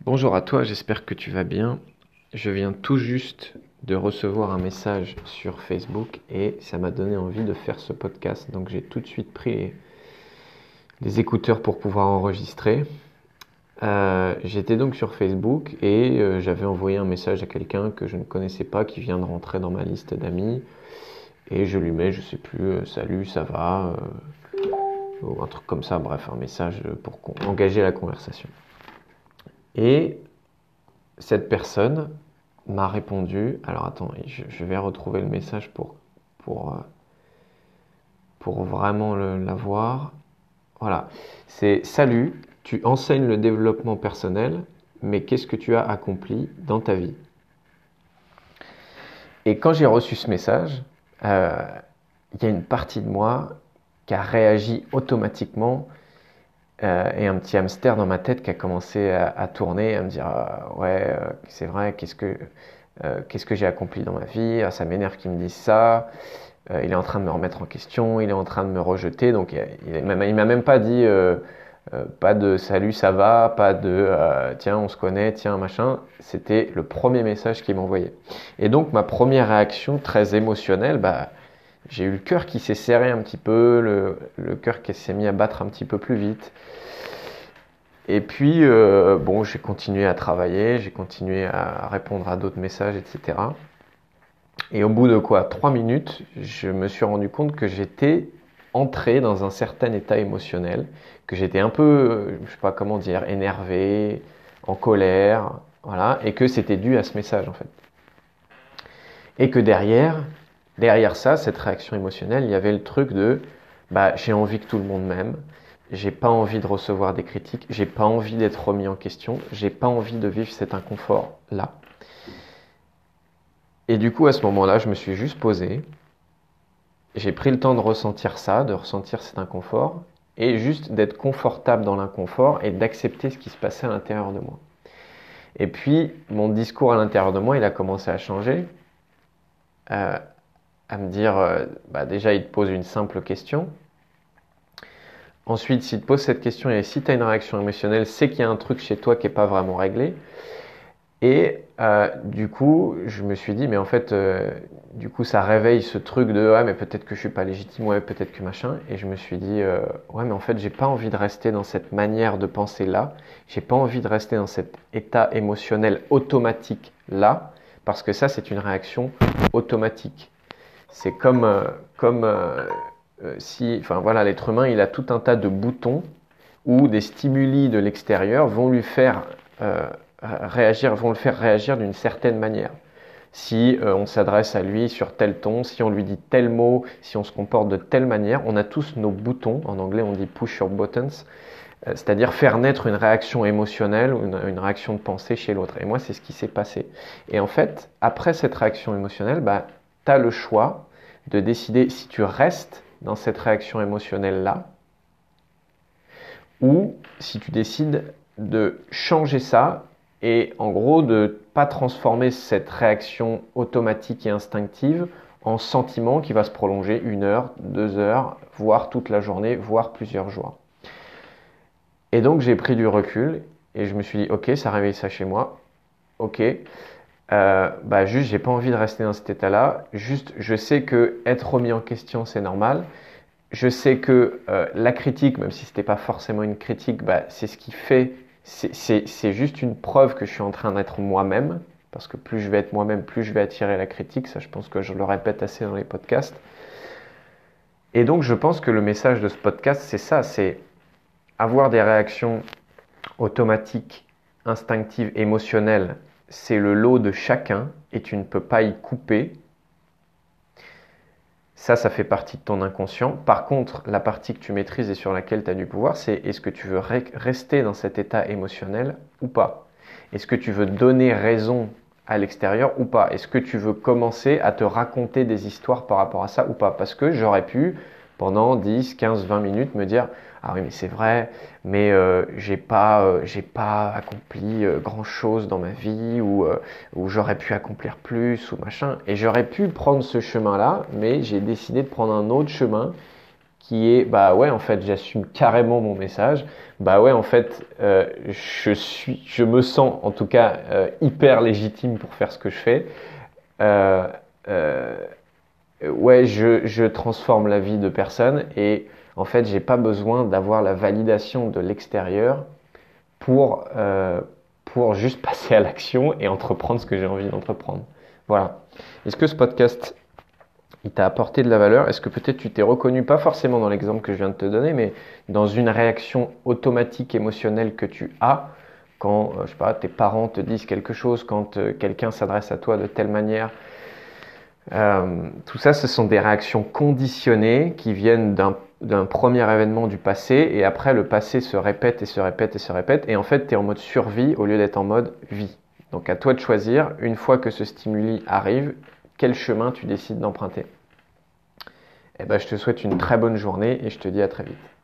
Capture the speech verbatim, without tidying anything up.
Bonjour à toi, j'espère que tu vas bien. Je viens tout juste de recevoir un message sur Facebook et ça m'a donné envie de faire ce podcast. Donc j'ai tout de suite pris les, les écouteurs pour pouvoir enregistrer. Euh, j'étais donc sur Facebook et euh, j'avais envoyé un message à quelqu'un que je ne connaissais pas qui vient de rentrer dans ma liste d'amis. Et je lui mets, je sais plus, euh, salut, ça va, euh, ou un truc comme ça, bref, un message pour engager la conversation. Et cette personne m'a répondu, alors attends, je, je vais retrouver le message pour, pour, pour vraiment l'avoir. Voilà, c'est salut, tu enseignes le développement personnel, mais qu'est-ce que tu as accompli dans ta vie? Et quand j'ai reçu ce message, euh, il y a une partie de moi qui a réagi automatiquement euh, et un petit hamster dans ma tête qui a commencé à, à tourner, à me dire euh, ouais, euh, c'est vrai, qu'est-ce que euh, qu'est-ce que j'ai accompli dans ma vie? Ah, ça m'énerve qu'il me dise ça. Euh, il est en train de me remettre en question, il est en train de me rejeter. Donc il, il, il m'a même pas dit euh, euh, pas de salut, ça va, pas de euh, tiens, on se connaît, tiens, machin. C'était le premier message qu'il m'envoyait. Et donc ma première réaction très émotionnelle, bah j'ai eu le cœur qui s'est serré un petit peu, le, le cœur qui s'est mis à battre un petit peu plus vite. Et puis, euh, bon, j'ai continué à travailler, j'ai continué à répondre à d'autres messages, et cetera. Et au bout de quoi, trois minutes, je me suis rendu compte que j'étais entré dans un certain état émotionnel, que j'étais un peu, je sais pas comment dire, énervé, en colère, voilà, et que c'était dû à ce message en fait. Et que derrière, derrière ça, cette réaction émotionnelle, il y avait le truc de bah, j'ai envie que tout le monde m'aime, j'ai pas envie de recevoir des critiques, j'ai pas envie d'être remis en question, j'ai pas envie de vivre cet inconfort là. Et du coup, à ce moment-là, je me suis juste posé, j'ai pris le temps de ressentir ça, de ressentir cet inconfort, et juste d'être confortable dans l'inconfort et d'accepter ce qui se passait à l'intérieur de moi. Et puis, mon discours à l'intérieur de moi, il a commencé à changer. Euh, à me dire, euh, bah déjà, il te pose une simple question. Ensuite, s'il te pose cette question et si tu as une réaction émotionnelle, c'est qu'il y a un truc chez toi qui n'est pas vraiment réglé. Et euh, du coup, je me suis dit, mais en fait, euh, du coup, ça réveille ce truc de, ouais, mais peut-être que je suis pas légitime, ouais, peut-être que machin. Et je me suis dit, euh, ouais, mais en fait, j'ai pas envie de rester dans cette manière de penser là. J'ai pas envie de rester dans cet état émotionnel automatique là, parce que ça, c'est une réaction automatique. C'est comme, euh, comme euh, euh, si, enfin voilà, l'être humain, il a tout un tas de boutons où des stimuli de l'extérieur vont lui faire euh, réagir, vont le faire réagir d'une certaine manière. Si euh, on s'adresse à lui sur tel ton, si on lui dit tel mot, si on se comporte de telle manière, on a tous nos boutons. En anglais, on dit push your buttons, euh, c'est-à-dire faire naître une réaction émotionnelle ou une, une réaction de pensée chez l'autre. Et moi, c'est ce qui s'est passé. Et en fait, après cette réaction émotionnelle, bah, tu as le choix de décider si tu restes dans cette réaction émotionnelle-là ou si tu décides de changer ça et en gros de ne pas transformer cette réaction automatique et instinctive en sentiment qui va se prolonger une heure, deux heures, voire toute la journée, voire plusieurs jours. Et donc j'ai pris du recul et je me suis dit ok, ça réveille ça chez moi, ok, euh, bah juste j'ai pas envie de rester dans cet état-là, juste je sais que être remis en question c'est normal. Je sais que euh, la critique, même si ce n'était pas forcément une critique, bah, c'est ce qui fait, c'est juste une preuve que je suis en train d'être moi-même, parce que plus je vais être moi-même, plus je vais attirer la critique, ça je pense que je le répète assez dans les podcasts. Et donc je pense que le message de ce podcast, c'est ça, c'est avoir des réactions automatiques, instinctives, émotionnelles, c'est le lot de chacun et tu ne peux pas y couper. Ça, ça fait partie de ton inconscient. Par contre, la partie que tu maîtrises et sur laquelle tu as du pouvoir, c'est est-ce que tu veux re- rester dans cet état émotionnel ou pas? Est-ce que tu veux donner raison à l'extérieur ou pas? Est-ce que tu veux commencer à te raconter des histoires par rapport à ça ou pas? Parce que j'aurais pu, pendant dix, quinze, vingt minutes, me dire « Ah oui, mais c'est vrai, mais euh, j'ai pas, euh, j'ai pas accompli euh, grand-chose dans ma vie ou, euh, ou j'aurais pu accomplir plus ou machin. » Et j'aurais pu prendre ce chemin-là, mais j'ai décidé de prendre un autre chemin qui est bah ouais en fait j'assume carrément mon message, bah ouais en fait euh, je suis, je me sens en tout cas euh, hyper légitime pour faire ce que je fais. Euh, euh, ouais je, je transforme la vie de personnes et en fait j'ai pas besoin d'avoir la validation de l'extérieur pour euh, pour juste passer à l'action et entreprendre ce que j'ai envie d'entreprendre. Voilà. Est-ce que ce podcast il t'a apporté de la valeur? Est-ce que peut-être tu t'es reconnu, pas forcément dans l'exemple que je viens de te donner, mais dans une réaction automatique émotionnelle que tu as quand, euh, je sais pas, tes parents te disent quelque chose, quand euh, quelqu'un s'adresse à toi de telle manière? Euh, tout ça, ce sont des réactions conditionnées qui viennent d'un, d'un premier événement du passé et après le passé se répète et se répète et se répète et en fait tu es en mode survie au lieu d'être en mode vie. Donc à toi de choisir, une fois que ce stimuli arrive, quel chemin tu décides d'emprunter. Eh ben, je te souhaite une très bonne journée et je te dis à très vite.